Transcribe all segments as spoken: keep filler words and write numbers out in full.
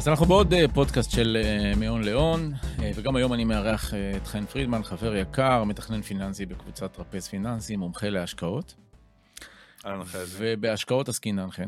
אז אנחנו בעוד פודקאסט של מהון להון, וגם היום אני מארח את חן פרידמן, חבר יקר, מתכנן פיננסי בקבוצת טרפז פיננסי, מומחה להשקעות. ובהשקעות עסקינן, חן.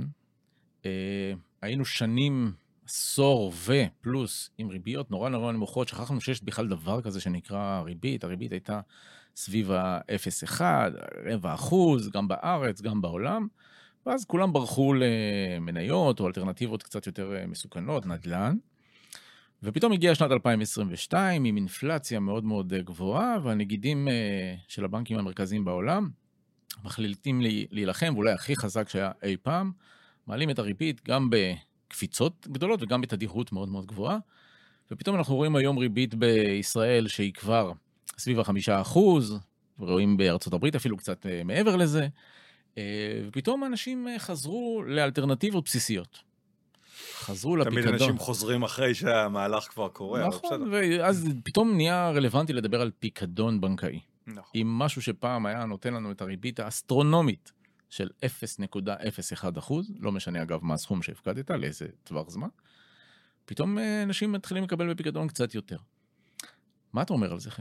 היינו שנים, עשור ופלוס עם ריביות נורא נורא נמוכות, שכחנו שיש בכלל דבר כזה שנקרא ריבית. הריבית הייתה סביב ה-אפס נקודה אחת, רבע אחוז, גם בארץ, גם בעולם. ואז כולם ברחו למניות או אלטרנטיבות קצת יותר מסוכנות, נדל"ן. ופתאום הגיעה שנת אלפיים עשרים ושתיים עם אינפלציה מאוד מאוד גבוהה, והנגידים של הבנקים המרכזיים בעולם מחליטים להילחם, ואולי הכי חזק שהיה אי פעם, מעלים את הריבית גם בקפיצות גדולות וגם בתדירות מאוד מאוד גבוהה. ופתאום אנחנו רואים היום ריבית בישראל שהיא כבר סביב החמישה אחוז, ורואים בארצות הברית אפילו קצת מעבר לזה, ופתאום אנשים חזרו לאלטרנטיבות בסיסיות. חזרו לפיקדון. תמיד אנשים חוזרים אחרי שהמהלך כבר קורה. נכון, ואז פתאום נהיה רלוונטי לדבר על פיקדון בנקאי. נכון. עם משהו שפעם היה נותן לנו את הריבית האסטרונומית של אפס נקודה אפס אחת אחוז, לא משנה אגב מה הסכום שהפקדת, לאיזה טווח זמן, פתאום אנשים מתחילים לקבל בפיקדון קצת יותר. מה אתה אומר על זה, חן?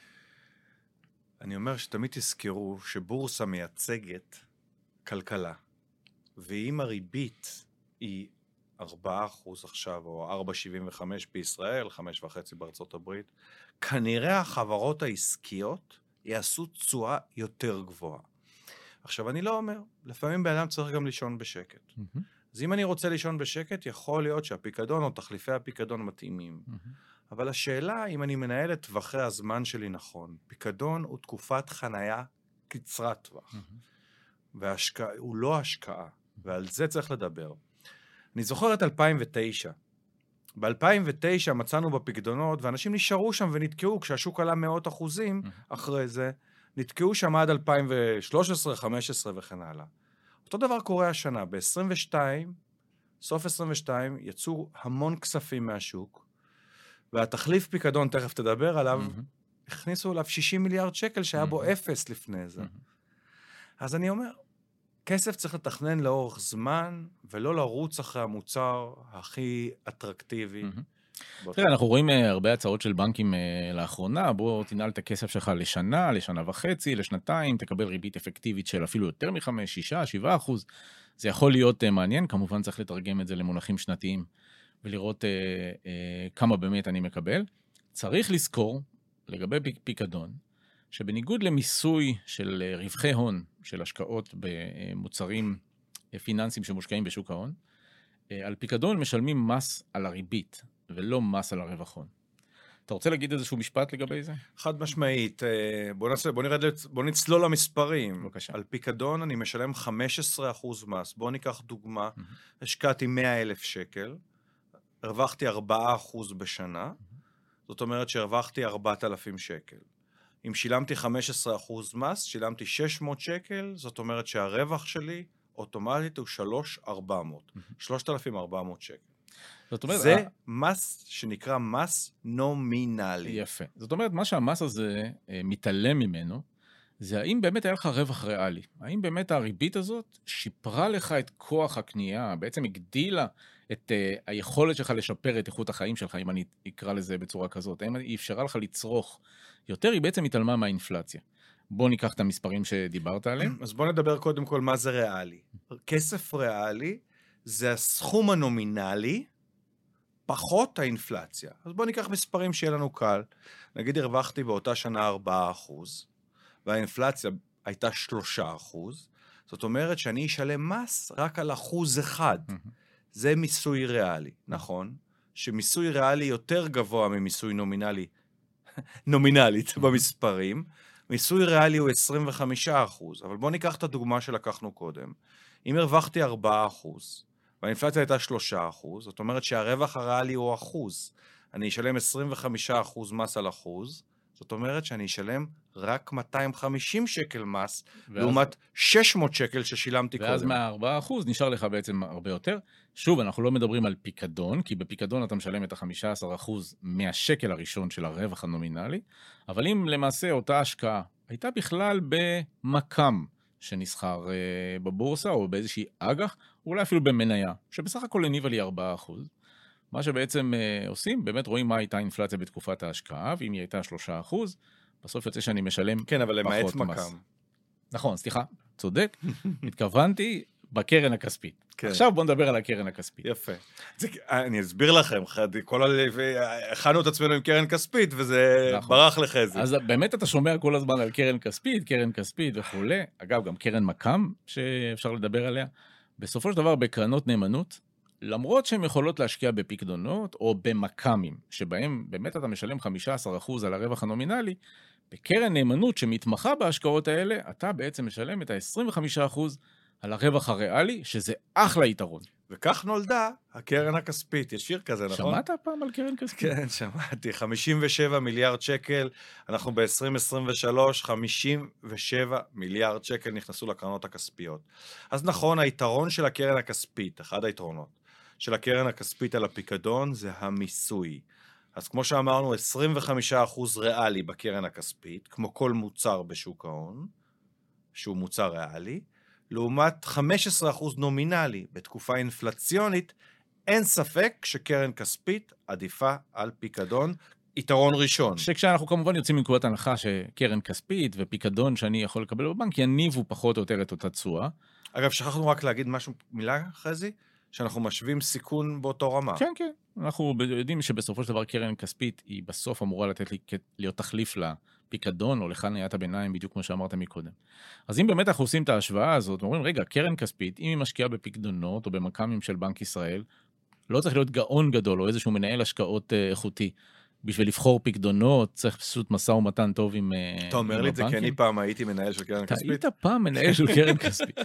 אני אומר שתמיד תזכרו שבורסה מייצגת כלכלה, ואם הריבית היא ארבעה אחוז עכשיו, או ארבע נקודה שבעים וחמש בישראל, חמש וחצי בארצות הברית, כנראה החברות העסקיות יעשו תשואה יותר גבוהה. עכשיו, אני לא אומר, לפעמים באדם צריך גם לישון בשקט. Mm-hmm. אז אם אני רוצה לישון בשקט, יכול להיות שהפיקדון או תחליפי הפיקדון מתאימים. Mm-hmm. אבל השאלה, אם אני מנהל את טווחי הזמן שלי נכון, פיקדון הוא תקופת חנייה קצרת טווח. Mm-hmm. וההשקעה, הוא לא השקעה, ועל זה צריך לדבר. אני זוכר את אלפיים ותשע. ב-אלפיים ותשע מצאנו בפקדונות, ואנשים נשארו שם ונתקעו, כשהשוק עלה מאות אחוזים אחרי זה, נתקעו שם עד אלפיים ושלוש עשרה, חמש עשרה וכן הלאה. אותו דבר קורה השנה, ב-עשרים ושתיים, סוף עשרים ושתיים, יצאו המון כספים מהשוק, והתחליף פיקדון, תכף תדבר עליו, הכניסו אליו שישים מיליארד שקל, שהיה בו אפס לפני זה. אז אני אומר, כסף צריך לתכנן לאורך זמן, ולא לרוץ אחרי המוצר הכי אטרקטיבי. תראה, אנחנו רואים הרבה הצעות של בנקים לאחרונה, בוא תנעל את הכסף שלך לשנה, לשנה וחצי, לשנתיים, תקבל ריבית אפקטיבית של אפילו יותר מחמש, שישה, שבעה אחוז. זה יכול להיות מעניין, כמובן צריך לתרגם את זה למונחים שנתיים, ולראות כמה באמת אני מקבל. צריך לזכור, לגבי פיקדון, שבניגוד למיסוי של רווחי הון, של השקעות במוצרים פיננסיים שמושקעים בשוק ההון, על פיקדון משלמים מס על הריבית, ולא מס על הרווח הון. אתה רוצה להגיד איזשהו משפט לגבי זה? חד משמעית, בוא נעשה, בוא נרד, בוא נצלול למספרים. בבקשה. על פיקדון אני משלם חמישה עשר אחוז מס. בוא ניקח דוגמה, mm-hmm. השקעתי מאה אלף שקל, הרווחתי ארבעה אחוז בשנה, mm-hmm. זאת אומרת שהרווחתי ארבעת אלפים שקל. אם שילמתי חמישה עשר אחוז מס, שילמתי שש מאות שקל, זאת אומרת שהרווח שלי אוטומטית הוא שלוש אלף וארבע מאות, שלושת אלפים וארבע מאות שקל. זאת אומרת, זה ה... מס שנקרא מס נומינלי. יפה. זאת אומרת, מה שהמס הזה אה, מתעלם ממנו, זה האם באמת היה לך רווח ריאלי. האם באמת הריבית הזאת שיפרה לך את כוח הקנייה, בעצם הגדילה את אה, היכולת שלך לשפר את איכות החיים שלך, אם אני אקרא לזה בצורה כזאת. האם היא אפשרה לך לצרוך יותר, היא בעצם התעלמה מהאינפלציה. בוא ניקח את המספרים שדיברת עליהם. אז בוא נדבר קודם כל מה זה ריאלי. כסף ריאלי זה הסכום הנומינלי, פחות האינפלציה. אז בוא ניקח מספרים שיהיה לנו קל. נגיד הרווחתי באותה שנה ארבעה אחוז, והאינפלציה הייתה שלושה אחוז, זאת אומרת שאני אשלם מס רק על אחוז אחד. זה מיסוי ריאלי, נכון? שמיסוי ריאלי יותר גבוה ממיסוי נומינלי, נומינלית במספרים. מיסוי ריאלי הוא עשרים וחמישה אחוז, אבל בוא ניקח את הדוגמה שלקחנו קודם. אם הרווחתי ארבעה אחוז, והאינפלציה הייתה שלושה אחוז, זאת אומרת שהרווח הריאלי הוא אחוז. אני אשלם עשרים וחמישה אחוז מס על אחוז, זאת אומרת שאני אשלם רק מאתיים וחמישים שקל מס, ואז... לעומת שש מאות שקל ששילמתי ואז קודם. ואז מה-ארבעה אחוז נשאר לך בעצם הרבה יותר. שוב, אנחנו לא מדברים על פיקדון, כי בפיקדון אתה משלם את ה-חמישה עשר אחוז מהשקל הראשון של הרווח הנומינלי, אבל אם למעשה אותה השקעה הייתה בכלל במקם שנסחר בבורסה או באיזושהי אג"ח, או אולי אפילו במניה, שבסך הכל הניבה לי ארבעה אחוז, מה שבעצם uh, עושים, באמת רואים מה הייתה אינפלציה בתקופת ההשקעה, ואם היא הייתה שלושה אחוז, בסוף יוצא שאני משלם כן, אבל למעט פחות מס. מקם. נכון, סליחה, צודק. התכוונתי בקרן הכספית. כן. עכשיו בוא נדבר על הקרן הכספית. יפה. זה, אני אסביר לכם, חד, כל ה... הכנו את עצמנו עם קרן כספית, וזה נכון. ברח לחזי. אז באמת אתה שומע כל הזמן על קרן כספית, קרן כספית וכולי. אגב, גם קרן מקם, שאפשר לדבר עליה. בסופו של דבר, בקרנות נאמנות, למרות שהן יכולות להשקיע בפקדונות או במקמים, שבהם באמת אתה משלם חמישה עשר אחוז על הרווח הנומינלי, בקרן נאמנות שמתמחה בהשקעות האלה, אתה בעצם משלם את ה-עשרים וחמישה אחוז על הרווח הריאלי, שזה אחלה יתרון. וכך נולדה הקרן הכספית. יש שיר כזה, נכון? שמעת פעם על קרן כספית? כן, שמעתי. חמישים ושבעה מיליארד שקל. אנחנו ב-עשרים עשרים ושלוש, חמישים ושבעה מיליארד שקל נכנסו לקרנות הכספיות. אז נכון, היתרון של הקרן הכספית, אחד היתרונות של הקרן הכספית על הפיקדון, זה המיסוי. אז כמו שאמרנו, עשרים וחמישה אחוז ריאלי בקרן הכספית, כמו כל מוצר בשוק ההון, שהוא מוצר ריאלי, לעומת חמישה עשר אחוז נומינלי בתקופה אינפלציונית, אין ספק שקרן כספית עדיפה על פיקדון, יתרון ראשון. שכשאנחנו כמובן יוצאים מנקודת הנחה שקרן כספית ופיקדון שאני יכול לקבל בבנק, יניבו פחות או יותר את אותה תשואה. אגב, שכחנו רק להגיד משהו, מילה חזי, שאנחנו משווים סיכון באותו רמה. כן, כן. אנחנו יודעים שבסופו של דבר קרן כספית היא בסוף אמורה לתת לי להיות תחליף לפיקדון או לחניית הביניים, בדיוק כמו שאמרת מקודם. אז אם באמת אנחנו עושים את ההשוואה הזאת, אומרים, רגע, קרן כספית, אם היא משקיעה בפיקדונות או במקמים של בנק ישראל, לא צריך להיות גאון גדול או איזשהו מנהל השקעות איכותי. בשביל לבחור פיקדונות, צריך פשוט מסע ומתן טוב עם הבנקים. אתה אומר לי את זה, כי אני פעם הייתי מנהל של קרן כספית. אתה היית פעם מנהל של קרן כספית.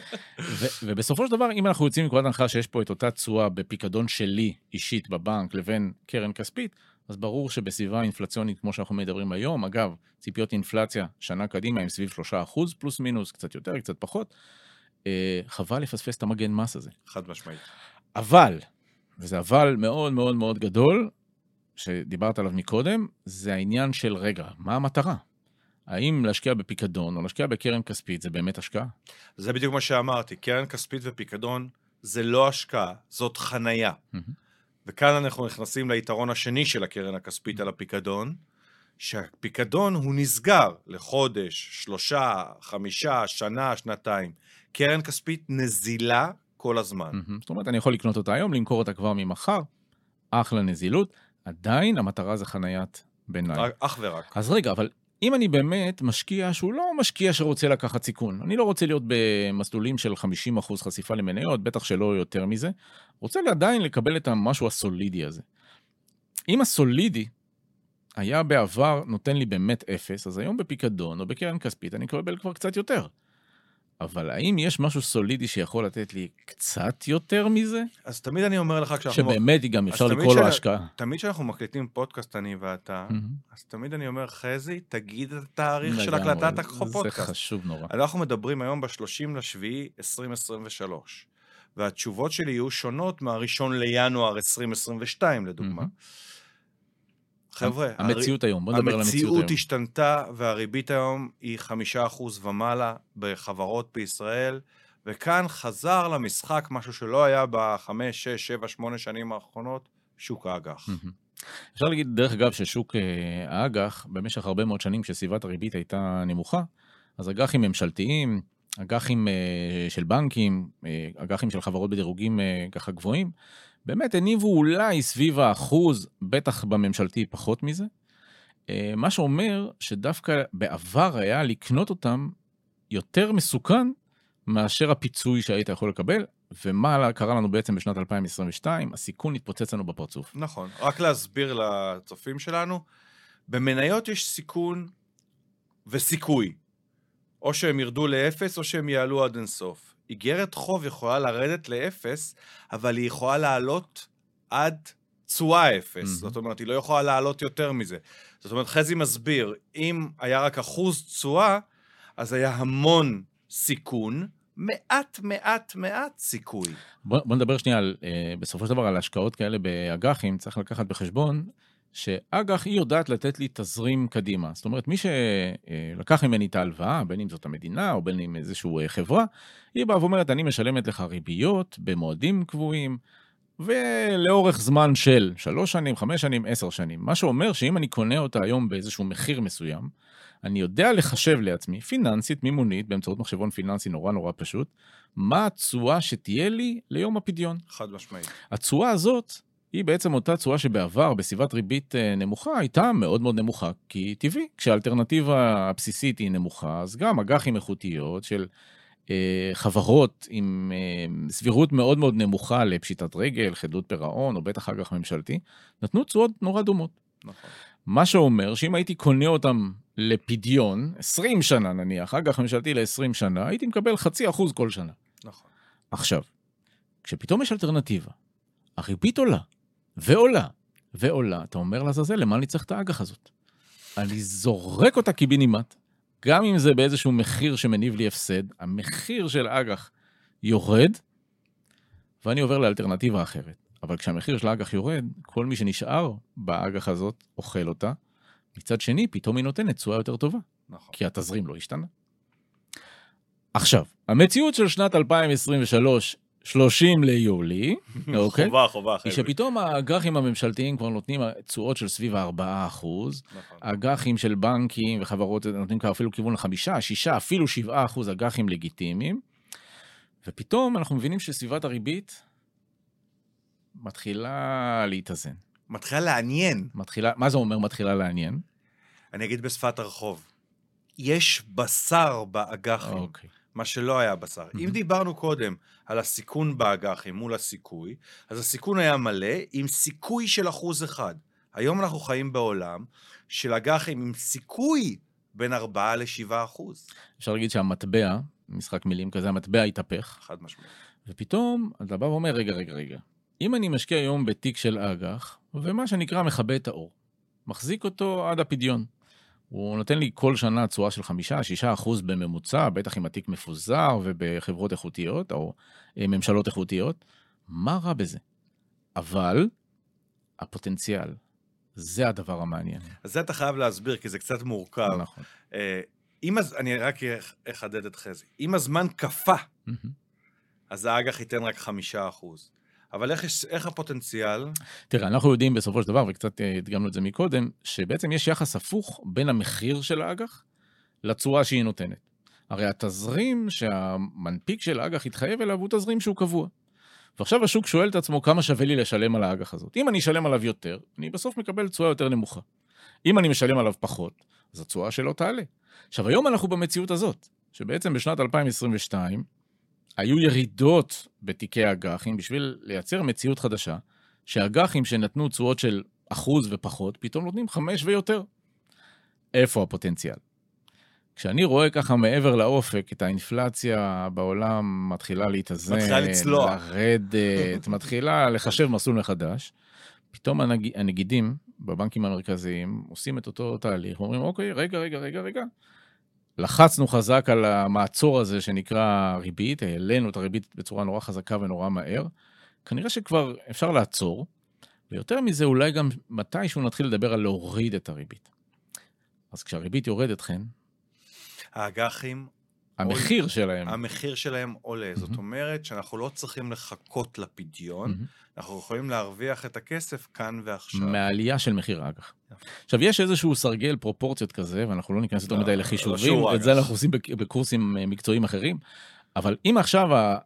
ובסופו של דבר, אם אנחנו יוצאים מנקודת הנחה שיש פה את אותה תשואה בפיקדון שלי, אישית בבנק, לבין קרן כספית, אז ברור שבסביבה אינפלציונית, כמו שאנחנו מדברים היום, אגב, ציפיות אינפלציה שנה קדימה, הם סביב שלושה אחוז פלוס מינוס, קצת יותר, קצת פחות, חבל לפספס את המגן מס הזה. חד משמעית. אבל, וזה אבל מאוד מאוד מאוד גדול, שדיברת עליו מקודם, זה העניין של רגע, מה המטרה? האם להשקיע בפיקדון או להשקיע בקרן כספית, זה באמת השקעה? זה בדיוק מה שאמרתי, קרן כספית ופיקדון זה לא השקעה, זאת חנייה. Mm-hmm. וכאן אנחנו נכנסים ליתרון השני של הקרן הכספית על הפיקדון, שהפיקדון הוא נסגר לחודש, שלושה, חמישה, שנה, שנתיים. קרן כספית נזילה כל הזמן. Mm-hmm. זאת אומרת, אני יכול לקנות אותה היום, למכור אותה כבר ממחר, אחלה נזילות, עדיין המטרה זה חניית ביניים. אך ורק. אז רגע, אבל אם אני באמת משקיע שהוא לא משקיע שרוצה לקחת סיכון, אני לא רוצה להיות במסלולים של חמישים אחוז חשיפה למניות, בטח שלא יותר מזה, רוצה עדיין לקבל את המשהו הסולידי הזה. אם הסולידי היה בעבר נותן לי באמת אפס, אז היום בפיקדון או בקרן כספית אני אקבל כבר קצת יותר. אבל האם יש משהו סולידי שיכול לתת לי קצת יותר מזה? אז תמיד אני אומר לך כשאנחנו... שבאמת גם אפשר לקרוא לו השקעה. תמיד כשאנחנו מקליטים פודקאסט אני ואתה, אז תמיד אני אומר, חזי, תגיד את התאריך של הקלטת הפודקאסט. זה חשוב נורא. אנחנו מדברים היום ב-שלושים לשביעי עשרים עשרים ושלוש, והתשובות שלי יהיו שונות מה-ראשון לינואר עשרים עשרים ושתיים, לדוגמה. חבר'ה, המציאות היום, בוא נדבר על המציאות היום. המציאות השתנתה, והריבית היום היא חמישה אחוז ומעלה בחברות בישראל, וכאן חזר למשחק משהו שלא היה בחמש, שש, שבע, שמונה שנים האחרונות, שוק האג"ח. אפשר להגיד, דרך אגב, ששוק האג"ח, במשך הרבה מאוד שנים, כשסביבת הריבית הייתה נמוכה, אז אג"חים ממשלתיים, אג"חים של בנקים, אג"חים של חברות בדירוגים ככה גבוהים, באמת הניבו אולי סביב האחוז, בטח בממשלתי פחות מזה, מה שאומר שדווקא בעבר היה לקנות אותם יותר מסוכן מאשר הפיצוי שהיית יכול לקבל, ומה קרה לנו בעצם בשנת אלפיים עשרים ושתיים, הסיכון התפוצץ לנו בפרצוף. נכון, רק להסביר לצופים שלנו, במניות יש סיכון וסיכוי, או שהם ירדו לאפס או שהם יעלו עד אינסוף. איגרת חוב יכולה לרדת לאפס, אבל היא יכולה לעלות עד תשואה אפס. Mm-hmm. זאת אומרת, היא לא יכולה לעלות יותר מזה. זאת אומרת, חזי מסביר, אם היה רק אחוז תשואה, אז היה המון סיכון, מעט, מעט, מעט סיכוי. בוא, בוא נדבר שנייה על, אה, בסופו של דבר על השקעות כאלה באג"חים, צריך לקחת בחשבון, שאג"ח היא יודעת לתת לי תזרים קדימה. זאת אומרת, מי שלקח ממני את ההלוואה, בין אם זאת המדינה או בין אם איזושהי חברה, היא באה ואומרת, אני משלמת לך ריביות במועדים קבועים, ולאורך זמן של שלוש שנים, חמש שנים, עשר שנים. מה שאומר שאם אני קונה אותה היום באיזשהו מחיר מסוים, אני יודע לחשב לעצמי, פיננסית, מימונית, באמצעות מחשבון פיננסי נורא נורא פשוט, מה התשואה שתהיה לי ליום הפדיון. חד משמעית. התשואה הזאת היא בעצם אותה תשואה שבעבר בסביבת ריבית נמוכה הייתה מאוד מאוד נמוכה, כי טבעי, כשהאלטרנטיבה הבסיסית היא נמוכה, אז גם אג"חים איכותיות של אה, חברות עם אה, סבירות מאוד מאוד נמוכה לפשיטת רגל, חדלות פירעון או בטח אג"ח ממשלתי, נתנו תשואות נורא דומות. נכון. מה שאומר שאם הייתי קונה אותם לפדיון, עשרים שנה נניח, אג"ח ממשלתי ל-עשרים שנה, הייתי מקבל חצי אחוז כל שנה. נכון. עכשיו, כשפתאום יש אלטרנטיבה, הריבית עולה, ועולה, ועולה, אתה אומר לעזאזל, למה אני צריך את האג"ח הזאת? אני זורק אותה קיבינימט, גם אם זה באיזשהו מחיר שמניב לי הפסד, המחיר של האג"ח יורד, ואני עובר לאלטרנטיבה אחרת. אבל כשהמחיר של האג"ח יורד, כל מי שנשאר באג"ח הזאת אוכל אותה, מצד שני, פתאום היא נותנת תשואה יותר טובה, נכון. כי התזרים לא השתנה. עכשיו, המציאות של שנת אלפיים עשרים ושלוש, שלושים ליולי, אוקיי? חובה, חובה. היא שפתאום האג"חים הממשלתיים כבר נותנים תשואות של סביב ארבעה אחוז, נכון. האג"חים של בנקים וחברות נותנים כבר אפילו כיוון לחמישה, שישה, אפילו שבעה אחוז אג"חים לגיטימיים, ופתאום אנחנו מבינים שסביבת הריבית מתחילה להתאזן. מתחילה לעניין. מתחילה, מה זה אומר מתחילה לעניין? אני אגיד בשפת הרחוב. יש בשר באג"חים. אוקיי. מה שלא היה בשר. Mm-hmm. אם דיברנו קודם על הסיכון באג"חים מול הסיכוי, אז הסיכון היה מלא עם סיכוי של אחוז אחד. היום אנחנו חיים בעולם של אג"חים עם סיכוי בין ארבעה לשבעה אחוז. אפשר להגיד שהמטבע, משחק מילים כזה, המטבע התהפך. חד משמעית. ופתאום אתה בא ואומר, רגע, רגע, רגע. אם אני משקיע היום בתיק של אג"ח, ומה שנקרא מכבה את האור, מחזיק אותו עד הפדיון. הוא נותן לי כל שנה תשואה של חמישה, שישה אחוז בממוצע, בטח עם התיק מפוזר ובחברות איכותיות או ממשלות איכותיות. מה רע בזה? אבל הפוטנציאל, זה הדבר המעניין. אז זה אתה חייב להסביר, כי זה קצת מורכב. נכון. אם אז, אני רק אחדד את חזי. אם הזמן קפה, אז האג"ח ייתן רק חמישה אחוז. אבל איך, איך הפוטנציאל? תראה, אנחנו יודעים בסופו של דבר, וקצת הדגמנו את זה מקודם, שבעצם יש יחס הפוך בין המחיר של האג"ח לצורה שהיא נותנת. הרי התזרים שהמנפיק של האג"ח יתחייב אליו הוא תזרים שהוא קבוע. ועכשיו השוק שואל את עצמו כמה שווה לי לשלם על האג"ח הזאת. אם אני אשלם עליו יותר, אני בסוף מקבל תשואה יותר נמוכה. אם אני משלם עליו פחות, אז התשואה שלו תעלה. עכשיו, היום אנחנו במציאות הזאת, שבעצם בשנת אלפיים עשרים ושתיים, היו ירידות בתיקי אג"חים בשביל לייצר מציאות חדשה, שאג"חים שנתנו תשואות של אחוז ופחות, פתאום נותנים חמש ויותר. איפה הפוטנציאל? כשאני רואה ככה מעבר לאופק את האינפלציה בעולם מתחילה להתאזן, מתחילה לצלוע. לרדת, מתחילה לחשב מסלול מחדש, פתאום הנג... הנגידים בבנקים המרכזיים עושים את אותו תהליך, אומרים, אוקיי, רגע, רגע, רגע, רגע, לחצנו חזק על המעצור הזה שנקרא ריבית, העלינו את הריבית בצורה נורא חזקה ונורא מהר, כנראה שכבר אפשר לעצור, ויותר מזה אולי גם מתישהו נתחיל לדבר על להוריד את הריבית. אז כשהריבית יורדת, כן, האג"חים, המחיר שלהם. המחיר שלהם עולה. זאת אומרת שאנחנו לא צריכים לחכות לפדיון, אנחנו יכולים להרוויח את הכסף כאן ועכשיו. מהעלייה של מחיר האג"ח. עכשיו, יש איזשהו סרגל פרופורציות כזה, ואנחנו לא ניכנס יותר מדי לחישובים, את זה אנחנו עושים בקורסים מקצועיים אחרים, אבל אם עכשיו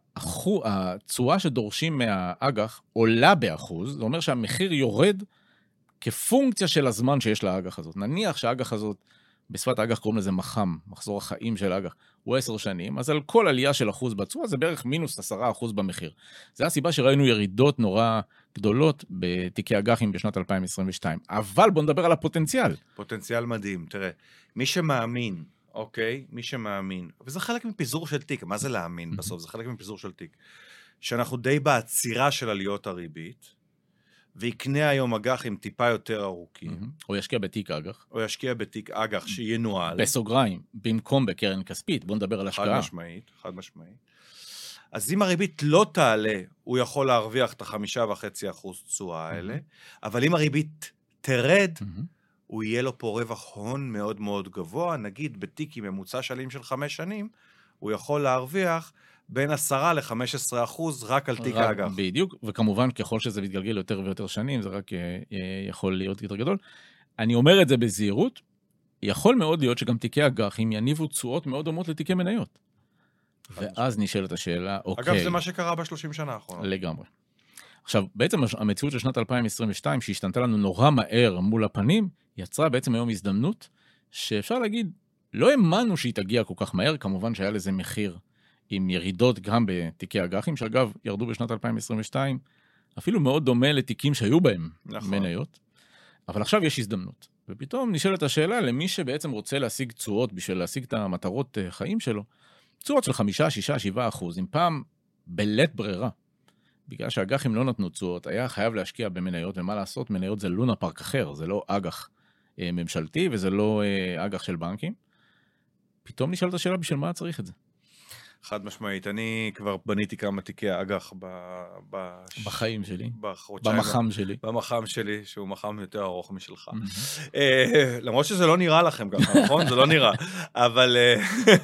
התשואה שדורשים מהאג"ח עולה באחוז, זה אומר שהמחיר יורד כפונקציה של הזמן שיש לאג"ח הזאת. נניח שהאג"ח הזאת, בשפת האג"ח קוראים לזה מח"מ, מחזור החיים של האג"ח, הוא עשר שנים, אז על כל עלייה של אחוז בתשואה זה בערך מינוס עשרה אחוז במחיר. זה הסיבה שראינו ירידות נורא גדולות בתיקי אג"חים בשנת אלפיים עשרים ושתיים. אבל בוא נדבר על הפוטנציאל. פוטנציאל מדהים. תראה, מי שמאמין, אוקיי? מי שמאמין, וזה חלק מפיזור של תיק, מה זה להאמין בסוף? זה חלק מפיזור של תיק. שאנחנו די בעצירה של עליות הריבית, ויקנה היום אג"ח עם טיפה יותר ארוכים. או ישקיע בתיק אג"ח. או ישקיע בתיק אג"ח שינועל. בסוגריים, במקום בקרן כספית. בוא נדבר על השקעה. חד משמעית, חד משמעית. אז אם הריבית לא תעלה, הוא יכול להרוויח את החמישה וחצי אחוז תשואה האלה, אבל אם הריבית תרד, הוא יהיה לו פה רווח הון מאוד מאוד גבוה, נגיד בתיק עם ממוצע שנים של חמש שנים, הוא יכול להרוויח בין עשרה ל-חמישה עשר אחוז רק על תיק רק- האג"ח. בדיוק, וכמובן ככל שזה מתגלגל יותר ויותר שנים, זה רק אה, אה, יכול להיות יותר גדול. אני אומר את זה בזהירות, יכול מאוד להיות שגם תיקי אג"חים יניבו תשואות מאוד דומות לתיקי מניות. ואז נשאלת השאלה, אוקיי. אגב, זה מה שקרה בשלושים שנה האחרונות. לגמרי. עכשיו, בעצם המציאות של שנת אלפיים עשרים ושתיים, שהשתנתה לנו נורא מהר מול הפנים, יצרה בעצם היום הזדמנות, שאפשר להגיד, לא האמנו שהיא תגיע כל כך מהר, כמובן שהיה לזה מחיר, עם ירידות גם בתיקי אג"חים, שאגב, ירדו בשנת אלפיים עשרים ושתיים, אפילו מאוד דומה לתיקים שהיו בהם נכון. מניות, אבל עכשיו יש הזדמנות. ופתאום נשאלת השאלה, למי שבעצם רוצה להשיג תשואות בשביל להשיג את המטרות אה, חיים שלו, תשואות של חמישה, שישה, שבעה אחוז, אם פעם בלית ברירה, בגלל שהאג"חים לא נתנו תשואות, היה חייב להשקיע במניות, ומה לעשות, מניות זה לונה פארק אחר, זה לא אג"ח אה, ממשלתי, וזה לא אה, אג"ח של בנקים. פתאום נשאלת השאלה, בשביל מה צריך את זה? חד משמעית, אני כבר בניתי כמה תיקי אג"ח ב... ב... בחיים שלי, בחודשיים. במחם שלי. במחם שלי, שהוא מחם יותר ארוך משלך. אה, למרות שזה לא נראה לכם ככה, נכון? זה לא נראה. אבל אה,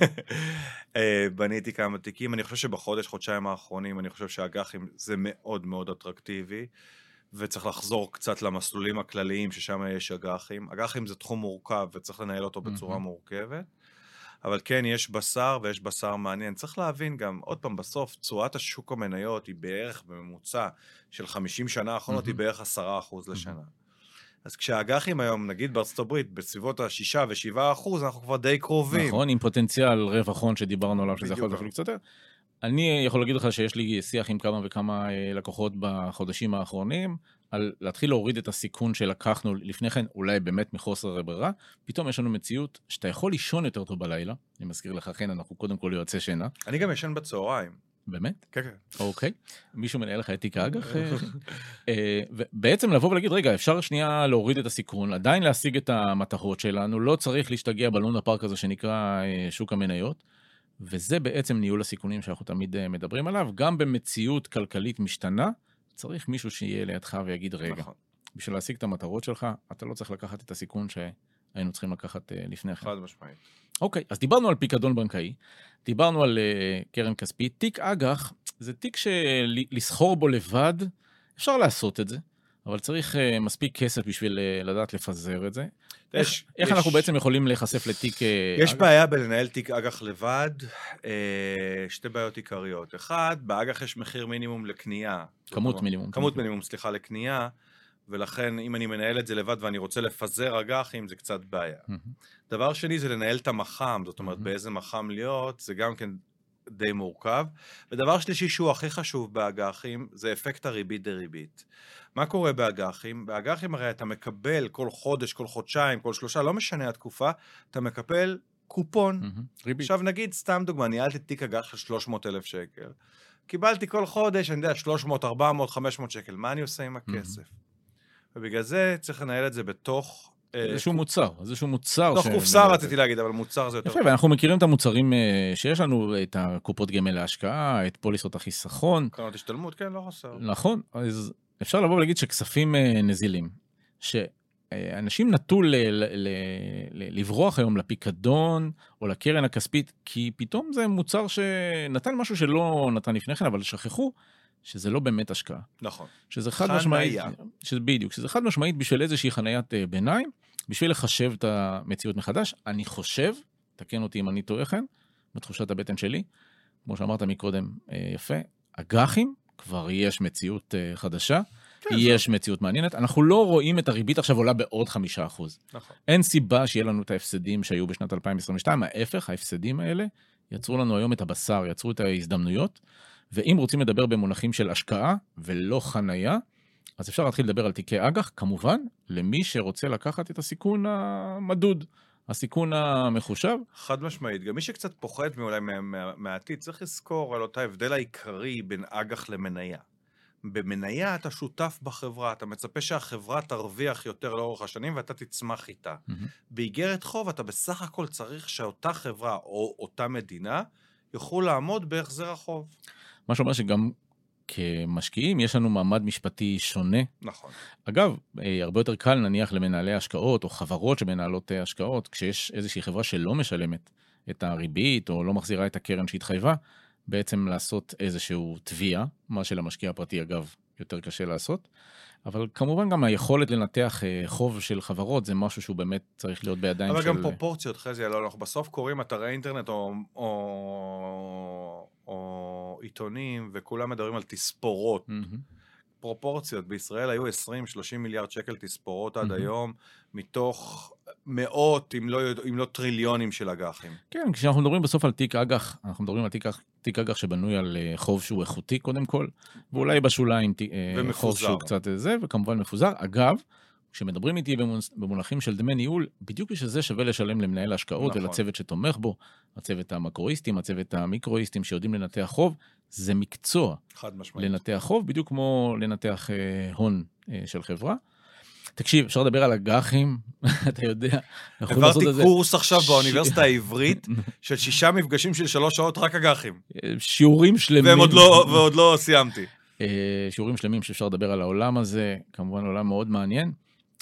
אה, בניתי כמה תיקים. אני חושב שבחודש, חודשיים האחרונים, אני חושב שהאג"חים זה מאוד מאוד אטרקטיבי, וצריך לחזור קצת למסלולים הכלליים ששם יש אג"חים. אג"חים זה תחום מורכב, וצריך לנהל אותו בצורה מורכבת. אבל כן, יש בשר ויש בשר מעניין. צריך להבין גם, עוד פעם, בסוף, תשואת השוק המניות היא בערך בממוצע של חמישים שנה האחרונות, היא בערך עשרה אחוז לשנה. אז כשהאג"חים היום, נגיד בארצות הברית, בסביבות ה-שישה ושבעה אחוז, אנחנו כבר די קרובים. נכון, עם פוטנציאל רווח הון שדיברנו עליו, שזה יכול להיות אפילו קצת יותר. אני יכול להגיד לך שיש לי שיח עם כמה וכמה לקוחות בחודשים האחרונים, על להתחיל להוריד את הסיכון שלקחנו לפני כן, אולי באמת מחוסר ברירה, פתאום יש לנו מציאות שאתה יכול לישון יותר טוב בלילה, אני מזכיר לך, כן, אנחנו קודם כל יוצא שינה. אני גם ישן בצהריים. באמת? כן, כן. אוקיי. מישהו מנהל לך את תיק האג"ח? ובעצם לבוא ולהגיד, רגע, אפשר שנייה להוריד את הסיכון, עדיין להשיג את המטרות שלנו, לא צריך להשתגע בלונה פארק הזה שנקרא שוק המניות, וזה בעצם ניהול הסיכונים שאנחנו תמיד מדברים עליו, גם במציאות כלכלית משתנה, צריך מישהו שיהיה לידך ויגיד, רגע, נכון. בשביל להשיג את המטרות שלך, אתה לא צריך לקחת את הסיכון שהיינו צריכים לקחת לפני כן. חד משמעית. אוקיי, אז דיברנו על פיקדון בנקאי, דיברנו על uh, קרן כספית, תיק אג"ח, זה תיק שלסחור בו לבד, אפשר לעשות את זה, אבל צריך uh, מספיק כסף בשביל uh, לדעת לפזר את זה. יש, איך, יש, איך אנחנו בעצם יכולים להיחשף לתיק uh, יש אג"ח? בעיה בלנהל תיק אג"ח לבד, אה, שתי בעיות עיקריות. אחד, באג"ח יש מחיר מינימום לקנייה. כמות כלומר, מינימום. כמות מינימום, סליחה, לקנייה, ולכן אם אני מנהל את זה לבד ואני רוצה לפזר אג"חים, זה קצת בעיה. דבר שני זה לנהל את המח"מ, זאת אומרת באיזה מח"מ להיות, זה גם כן די מורכב. ודבר שלישי שהוא הכי חשוב באג"חים, זה אפקט הריבית דריבית. מה קורה באג"חים? באג"חים הרי אתה מקבל כל חודש, כל חודשיים, כל שלושה, לא משנה התקופה, אתה מקבל קופון. ריבית. עכשיו נגיד, סתם דוגמה, ניהלתי תיק אג"ח של שלוש מאות אלף שקל. קיבלתי כל חודש, אני יודע, שלוש מאות, ארבע מאות, חמש מאות שקל. מה אני עושה עם הכסף? ובגלל זה צריך לנהל את זה בתוך... איזשהו מוצר, איזשהו מוצר. תוך קופסה רציתי להגיד, אבל מוצר זה יותר... יפה, ואנחנו מכירים את המוצרים שיש לנו, את הקופות גמל להשקעה, את פוליסות החיסכון. קרנות השתלמות, כן, לא חסר. נכון, אז אפשר לבוא ולהגיד שכספים נזילים, שאנשים נטו לברוח היום לפיקדון או לקרן הכספית, כי פתאום זה מוצר שנתן משהו שלא נתן לפני כן, אבל שכחו שזה לא באמת השקעה. נכון. שזה חד משמעית, שזה בדיוק, שזה חד משמעית בשביל איזושהי חניית ביניים, בשביל לחשב את המציאות מחדש. אני חושב, תקן אותי אם אני טועה כן, בתחושת הבטן שלי, כמו שאמרת מקודם יפה, אג"חים, כבר יש מציאות חדשה, כן, יש זה. מציאות מעניינת, אנחנו לא רואים את הריבית עכשיו עולה בעוד חמישה אחוז. נכון. אין סיבה שיהיה לנו את ההפסדים שהיו בשנת אלפיים עשרים ושתיים, ההפך, ההפסדים האלה יצרו לנו היום את הבשר, יצרו את ההזדמנויות, ואם רוצים לדבר במונחים של השקעה ולא חנייה, אז אפשר להתחיל לדבר על תיקי אג"ח, כמובן, למי שרוצה לקחת את הסיכון המדוד, הסיכון המחושב. חד משמעית, גם מי שקצת פוחד מאולי מהעתיד, צריך לזכור על אותה הבדל העיקרי בין אג"ח למניה. במניה אתה שותף בחברה, אתה מצפה שהחברה תרוויח יותר לאורך השנים ואתה תצמח איתה. Mm-hmm. באיגרת חוב אתה בסך הכל צריך שאותה חברה או אותה מדינה יוכלו לעמוד בהחזר החוב. מה שאומר שגם כמשקיעים יש לנו מעמד משפטי שונה. נכון. אגב, הרבה יותר קל נניח למנהלי השקעות או חברות שמנהלות השקעות, כשיש איזושהי חברה שלא משלמת את הריבית או לא מחזירה את הקרן שהתחייבה, בעצם לעשות איזשהו תביעה, מה שלמשקיע הפרטי אגב יותר קשה לעשות, אבל כמובן גם היכולת לנתח חוב של חברות, זה משהו שהוא באמת צריך להיות בידיים אבל של... אבל גם פרופורציות, חזי, לא, אנחנו בסוף קוראים אתרי אינטרנט או, או, או עיתונים, וכולם מדברים על תספורות. Mm-hmm. פרופורציות, בישראל היו עשרים שלושים מיליארד שקל תספורות עד Mm-hmm. היום, מתוך מאות, אם לא, אם לא טריליונים של אג"חים. כן, כשאנחנו מדברים בסוף על תיק אג"ח, אנחנו מדברים על תיק, תיק אג"ח שבנוי על חוב שהוא איכותי קודם כל, ואולי בשוליים חוב שהוא קצת זה, וכמובן מפוזר. אגב, כשמדברים איתי במונחים של דמי ניהול, בדיוק בשביל זה שווה לשלם למנהל ההשקעות נכון. ולצוות שתומך בו, הצוות המקרואיסטים, הצוות המיקרואיסטים שיודעים לנתח חוב, זה מקצוע. חד משמעית. לנתח חוב, בדיוק כמו לנתח אה, הון אה, של חברה. תקשיב, אפשר לדבר על אג"חים, אתה יודע. עברתי קורס עכשיו באוניברסיטה העברית, של שישה מפגשים של שלוש שעות רק אג"חים. שיעורים שלמים. והם עוד לא, ועוד לא סיימתי. שיעורים שלמים שאפשר לדבר על העולם הזה, כמובן עולם מאוד מעניין.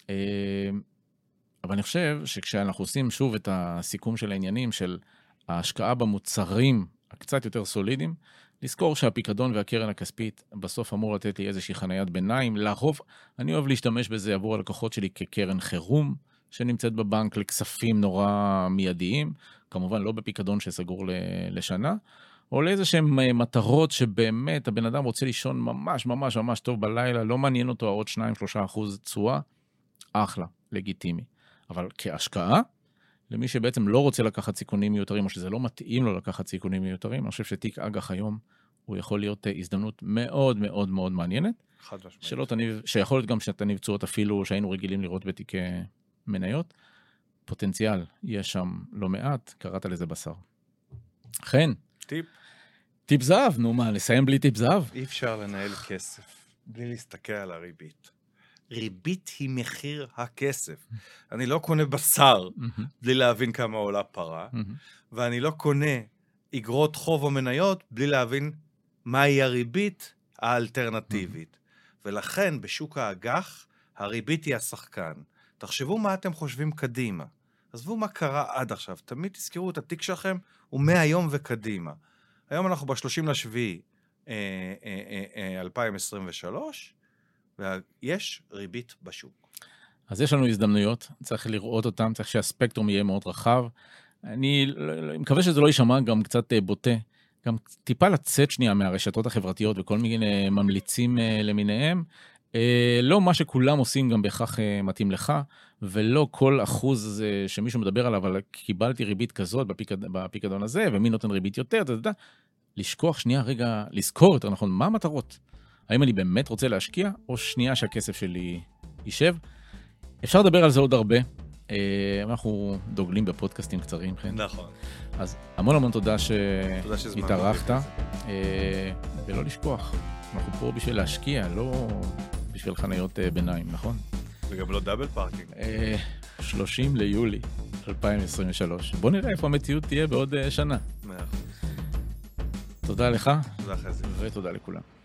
אבל אני חושב שכשאנחנו עושים שוב את הסיכום של העניינים, של ההשקעה במוצרים הקצת יותר סולידיים, לזכור שהפיקדון והקרן הכספית בסוף אמור לתת לי איזושהי חניית ביניים. לרוב, אני אוהב להשתמש בזה עבור הלקוחות שלי כקרן חירום, שנמצאת בבנק לכספים נורא מיידיים, כמובן לא בפיקדון שסגור לשנה, או לאיזשהם מטרות שבאמת הבן אדם רוצה לישון ממש ממש ממש טוב בלילה, לא מעניין אותו עוד שניים שלושה אחוז תשואה, אחלה, לגיטימי. אבל כהשקעה, למי שבעצם לא רוצה לקחת סיכונים מיותרים, או שזה לא מתאים לו לקחת סיכונים מיותרים, אני חושב שתיק אג"ח היום, הוא יכול להיות הזדמנות מאוד מאוד מאוד מעניינת. חד משמעית. שלא תניב, שיכול להיות גם שתניב תשואות אפילו שהיינו רגילים לראות בתיקי מניות. פוטנציאל, יש שם לא מעט, קראת לזה בשר. כן. טיפ. טיפ זהב, נו מה, נסיים בלי טיפ זהב? אי אפשר לנהל כסף, בלי להסתכל על הריבית. ריבית היא מחיר הכסף. אני לא קונה בשר בלי להבין כמה עולה פרה, ואני לא קונה אגרות חוב או מניות בלי להבין מהי הריבית האלטרנטיבית. ולכן בשוק האג"ח הריבית היא השחקן. תחשבו מה אתם חושבים קדימה. עזבו מה קרה עד עכשיו. תמיד תזכרו את התיק שלכם הוא מהיום וקדימה. היום אנחנו ב-שלושים לשביעי אלפיים עשרים ושלוש, ויש ריבית בשוק. אז יש לנו הזדמנויות, צריך לראות אותם, צריך שהספקטרום יהיה מאוד רחב. אני מקווה שזה לא יישמע גם קצת בוטה, גם טיפה לצאת שנייה מהרשתות החברתיות וכל מיני ממליצים למיניהם. לא מה שכולם עושים גם בכך מתאים לך, ולא כל אחוז שמישהו מדבר עליו, אבל קיבלתי ריבית כזאת בפיקדון הזה, ומי נותן ריבית יותר, אתה יודע, לשכוח שנייה רגע, לזכור יותר נכון, מה המטרות? האם אני באמת רוצה להשקיע, או שנייה שהכסף שלי יישב? אפשר לדבר על זה עוד הרבה. אנחנו דוגלים בפודקאסטים קצרים, כן? נכון. אז המון המון תודה שהתארחת, ולא לשכוח. אנחנו פה בשביל להשקיע, לא בשביל חניות ביניים, נכון? וגם לא דאבל פארקינג. שלושים ליולי אלפיים עשרים ושלוש. בוא נראה איפה המציאות תהיה בעוד שנה. מאה אחוז. תודה לך. תודה חזי. ותודה לכולם.